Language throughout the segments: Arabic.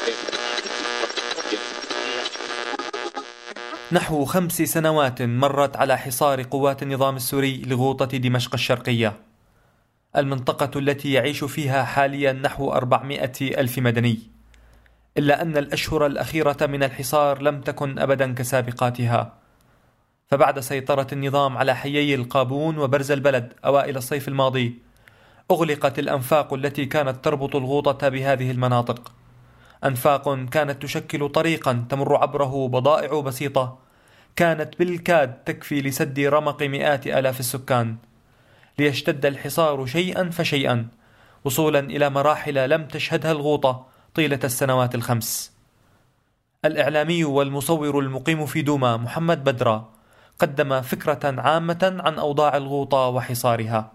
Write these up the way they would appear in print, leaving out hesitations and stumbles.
نحو 5 سنوات مرت على حصار قوات النظام السوري لغوطة دمشق الشرقية، المنطقة التي يعيش فيها حاليا نحو 400 ألف مدني، إلا أن الأشهر الأخيرة من الحصار لم تكن أبدا كسابقاتها. فبعد سيطرة النظام على حيي القابون وبرز البلد أوائل الصيف الماضي، أغلقت الأنفاق التي كانت تربط الغوطة بهذه المناطق، أنفاق كانت تشكل طريقا تمر عبره بضائع بسيطة كانت بالكاد تكفي لسد رمق مئات آلاف السكان، ليشتد الحصار شيئا فشيئا وصولا إلى مراحل لم تشهدها الغوطة طيلة السنوات ال5. الإعلامي والمصور المقيم في دوما محمد بدرة قدم فكرة عامة عن أوضاع الغوطة وحصارها.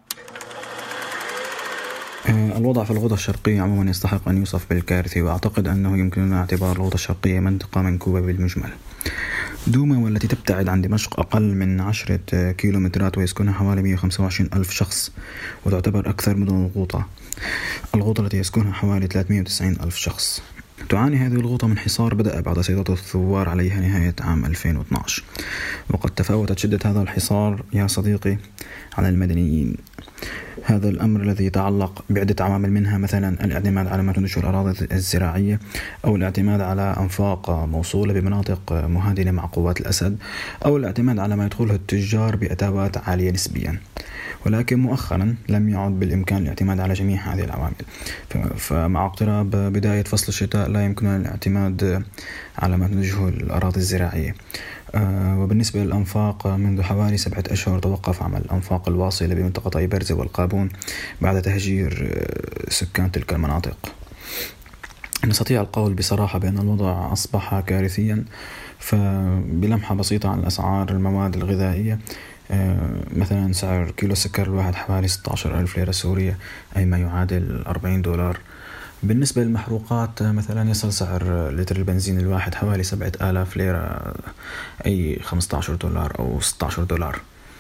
الوضع في الغوطة الشرقية عموما يستحق أن يوصف بالكارثي، وأعتقد أنه يمكننا اعتبار الغوطة الشرقية منطقة منكوبة بالمجمل. دوما والتي تبتعد عن دمشق أقل من 10 كيلومترات ويسكنها حوالي 125 ألف شخص، وتعتبر أكثر مدن الغوطة التي يسكنها حوالي 390 ألف شخص. تعاني هذه الغوطة من حصار بدأ بعد سيطرة الثوار عليها نهاية عام 2012، وقد تفاوتت شدة هذا الحصار يا صديقي على المدنيين. هذا الأمر الذي يتعلق بعدة عوامل، منها مثلا الاعتماد على ما تنتجه الأراضي الزراعية، أو الاعتماد على أنفاق موصولة بمناطق مهادنة مع قوات الأسد، أو الاعتماد على ما يدخله التجار بأتابات عالية نسبيا. ولكن مؤخرا لم يعد بالإمكان الاعتماد على جميع هذه العوامل، فمع اقتراب بداية فصل الشتاء لا يمكننا الاعتماد على ما تنتجه الأراضي الزراعية. وبالنسبة للأنفاق، منذ حوالي 7 أشهر توقف عمل الأنفاق الواصلة بمنطقة برزة والقابون بعد تهجير سكان تلك المناطق. نستطيع القول بصراحة بأن الوضع أصبح كارثيا. فبلمحة بسيطة عن الأسعار المواد الغذائية، مثلا سعر كيلو السكر الواحد حوالي 16,000 ليرة سورية، أي ما يعادل 40 دولار. بالنسبة للمحروقات مثلا يصل سعر لتر البنزين الواحد حوالي 7,000 ليرة، أي 15 دولار أو 16 دولار.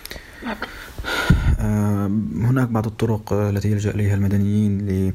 هناك بعض الطرق التي يلجأ إليها المدنيين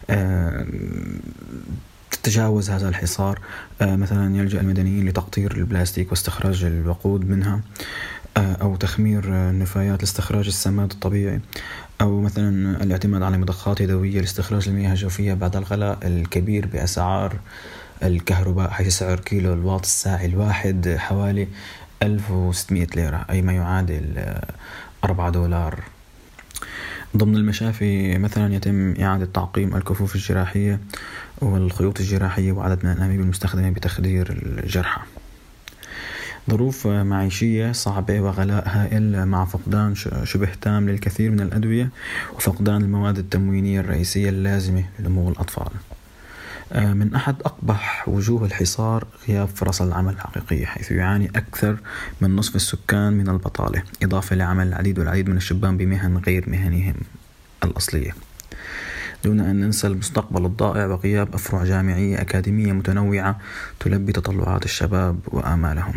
لتجاوز هذا الحصار. مثلا يلجأ المدنيين لتقطير البلاستيك واستخراج الوقود منها، أو تخمير نفايات لاستخراج السماد الطبيعي، أو مثلا الاعتماد على مضخات يدوية لاستخراج المياه الجوفية بعد الغلاء الكبير بأسعار الكهرباء، حيث سعر كيلو الواط الساعي الواحد حوالي 1600 ليرة، أي ما يعادل 4 دولار. ضمن المشافي مثلا يتم إعادة تعقيم الكفوف الجراحية والخيوط الجراحية وعدد من الأنابيب المستخدمة بتخدير الجرحى. ظروف معيشية صعبة وغلاء هائل مع فقدان شبه تام للكثير من الأدوية وفقدان المواد التموينية الرئيسية اللازمة لنمو الأطفال. من أحد أقبح وجوه الحصار غياب فرص العمل الحقيقية، حيث يعاني أكثر من نصف السكان من البطالة، إضافة لعمل العديد من الشبان بمهن غير مهنهم الأصلية، دون أن ننسى المستقبل الضائع وغياب أفرع جامعية أكاديمية متنوعة تلبي تطلعات الشباب وآمالهم.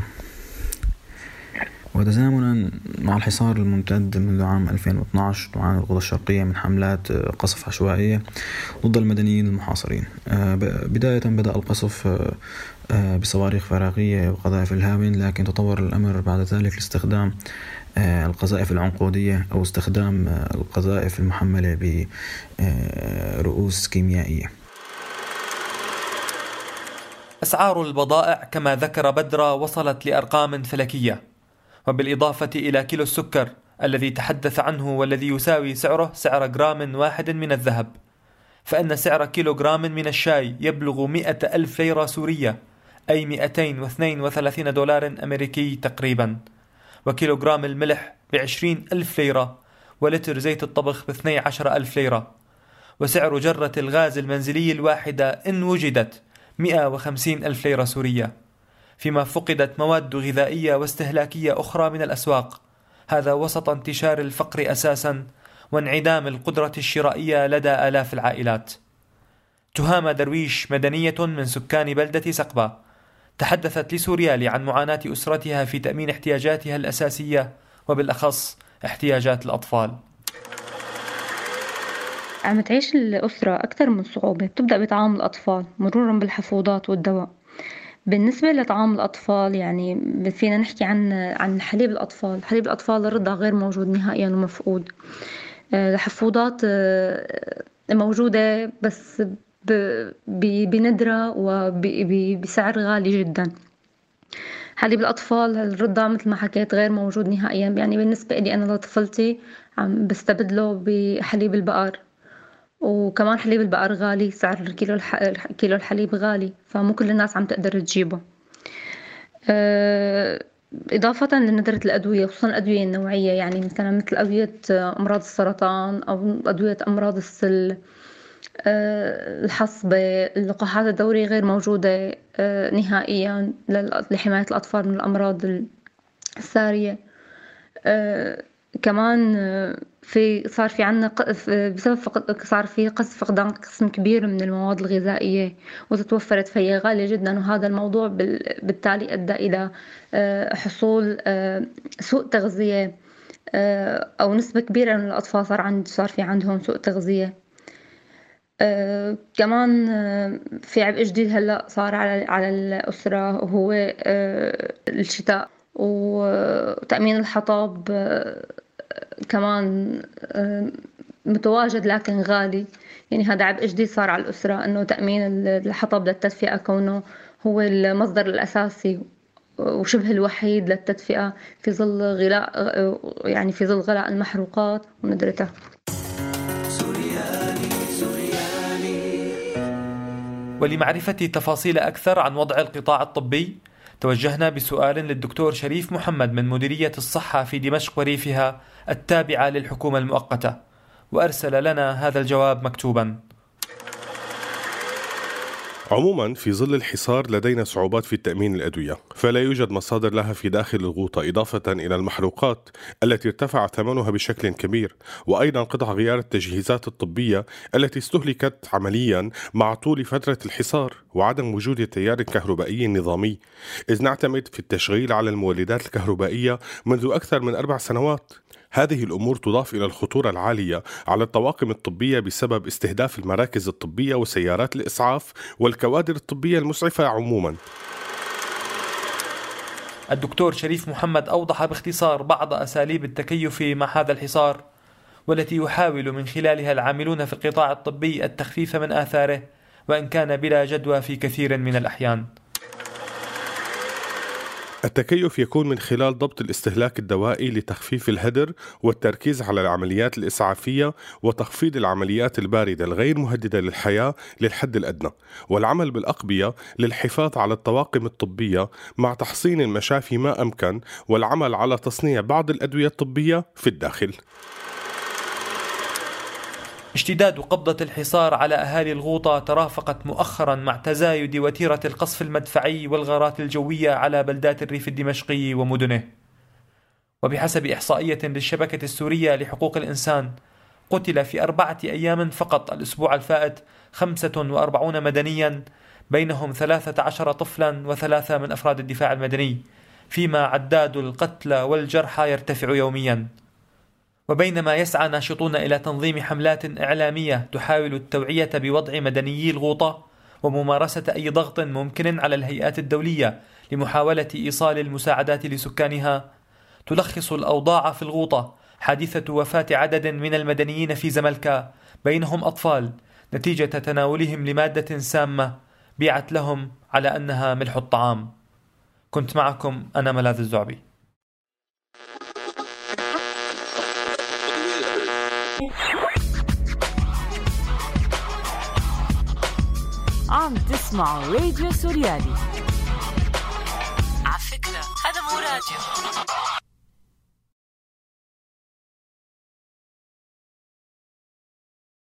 وتزامنا مع الحصار الممتد منذ عام 2012 تعاني الغوطة الشرقية من حملات قصف عشوائية ضد المدنيين المحاصرين. بداية بدأ القصف بصواريخ فراغية وقذائف الهاون، لكن تطور الأمر بعد ذلك لاستخدام القذائف العنقودية أو استخدام القذائف المحملة برؤوس كيميائية. أسعار البضائع كما ذكر بدرة وصلت لأرقام فلكية، وبالإضافة إلى كيلو السكر الذي تحدث عنه والذي يساوي سعره سعر جرام واحد من الذهب، فإن سعر كيلو جرام من الشاي يبلغ 100,000 ليرة سورية، أي 232 دولار أمريكي تقريبا، وكيلو جرام الملح ب20,000 ليرة، ولتر زيت الطبخ ب12,000 ليرة، وسعر جرة الغاز المنزلي الواحدة إن وجدت 150,000 ليرة سورية، فيما فقدت مواد غذائية واستهلاكية أخرى من الأسواق، هذا وسط انتشار الفقر أساسا وانعدام القدرة الشرائية لدى آلاف العائلات. تهامة درويش مدنية من سكان بلدة سقبة تحدثت لسوريالي عن معاناة أسرتها في تأمين احتياجاتها الأساسية، وبالأخص احتياجات الأطفال. عم تعيش الأسرة أكثر من صعوبة. بتبدأ بطعام الأطفال مرورا بالحفوضات والدواء. بالنسبة لطعام الأطفال يعني فينا نحكي عن حليب الأطفال. حليب الأطفال الرضع غير موجود نهائيا ومفقود. الحفوضات موجودة بس بندرة وبسعر غالي جدا. حليب الأطفال الرضع مثل ما حكيت غير موجود نهائيا. يعني بالنسبة لي أنا لطفلتي عم بستبدله بحليب البقر، وكمان حليب البقر غالي، سعر كيلو الحليب غالي، فمو كل الناس عم تقدر تجيبه. إضافة لندرة الأدوية، خصوصا الأدوية النوعية، يعني مثلا مثل أدوية أمراض السرطان أو أدوية أمراض السل، الحصبة، اللقاحات الدورية غير موجودة نهائيا لحماية الأطفال من الأمراض السارية. كمان صار في عنا بسبب صار في فقدان قسم كبير من المواد الغذائية وتتوفرت، فهي غالية جدا، وهذا الموضوع بالتالي أدى إلى حصول سوء تغذية، أو نسبة كبيرة من الأطفال صار في عندهم سوء تغذية. كمان في عبء جديد هلأ صار على الأسرة، وهو الشتاء وتأمين الحطب كمان متواجد لكن غالي. يعني هذا عبء جديد صار على الأسرة، إنه تأمين الحطب للتدفئة، كونه هو المصدر الأساسي وشبه الوحيد للتدفئة في ظل غلاء المحروقات وندرتها. ولمعرفة تفاصيل أكثر عن وضع القطاع الطبي توجهنا بسؤال للدكتور شريف محمد من مديرية الصحة في دمشق وريفها التابعة للحكومة المؤقتة، وأرسل لنا هذا الجواب مكتوبا. عموما في ظل الحصار لدينا صعوبات في تأمين الأدوية، فلا يوجد مصادر لها في داخل الغوطة، إضافة إلى المحروقات التي ارتفع ثمنها بشكل كبير، وأيضا قطع غيار التجهيزات الطبية التي استهلكت عمليا مع طول فترة الحصار وعدم وجود التيار الكهربائي النظامي، إذ نعتمد في التشغيل على المولدات الكهربائية منذ أكثر من 4 سنوات. هذه الأمور تضاف إلى الخطورة العالية على الطواقم الطبية بسبب استهداف المراكز الطبية وسيارات الإسعاف والكوادر الطبية المسعفة عموما. الدكتور شريف محمد أوضح باختصار بعض أساليب التكيف مع هذا الحصار، والتي يحاول من خلالها العاملون في القطاع الطبي التخفيف من آثاره، وإن كان بلا جدوى في كثير من الأحيان. التكيف يكون من خلال ضبط الاستهلاك الدوائي لتخفيف الهدر والتركيز على العمليات الإسعافية وتخفيض العمليات الباردة الغير مهددة للحياة للحد الأدنى، والعمل بالأقبية للحفاظ على الطواقم الطبية مع تحصين المشافي ما أمكن، والعمل على تصنيع بعض الأدوية الطبية في الداخل. اشتداد قبضة الحصار على أهالي الغوطة ترافقت مؤخرا مع تزايد وتيرة القصف المدفعي والغارات الجوية على بلدات الريف الدمشقي ومدنه. وبحسب إحصائية للشبكة السورية لحقوق الإنسان، قتل في 4 أيام فقط الأسبوع الفائت 45 مدنيا، بينهم 13 طفلا و3 من أفراد الدفاع المدني، فيما عداد القتلى والجرحى يرتفع يوميا. وبينما يسعى ناشطون إلى تنظيم حملات إعلامية تحاول التوعية بوضع مدنيي الغوطة وممارسة أي ضغط ممكن على الهيئات الدولية لمحاولة إيصال المساعدات لسكانها، تلخص الأوضاع في الغوطة حادثة وفاة عدد من المدنيين في زملكا، بينهم أطفال، نتيجة تناولهم لمادة سامة بيعت لهم على أنها ملح الطعام. كنت معكم أنا ملاذ الزعبي. عم تسمعوا راديو سوريالي. على فكرة هذا مو راديو.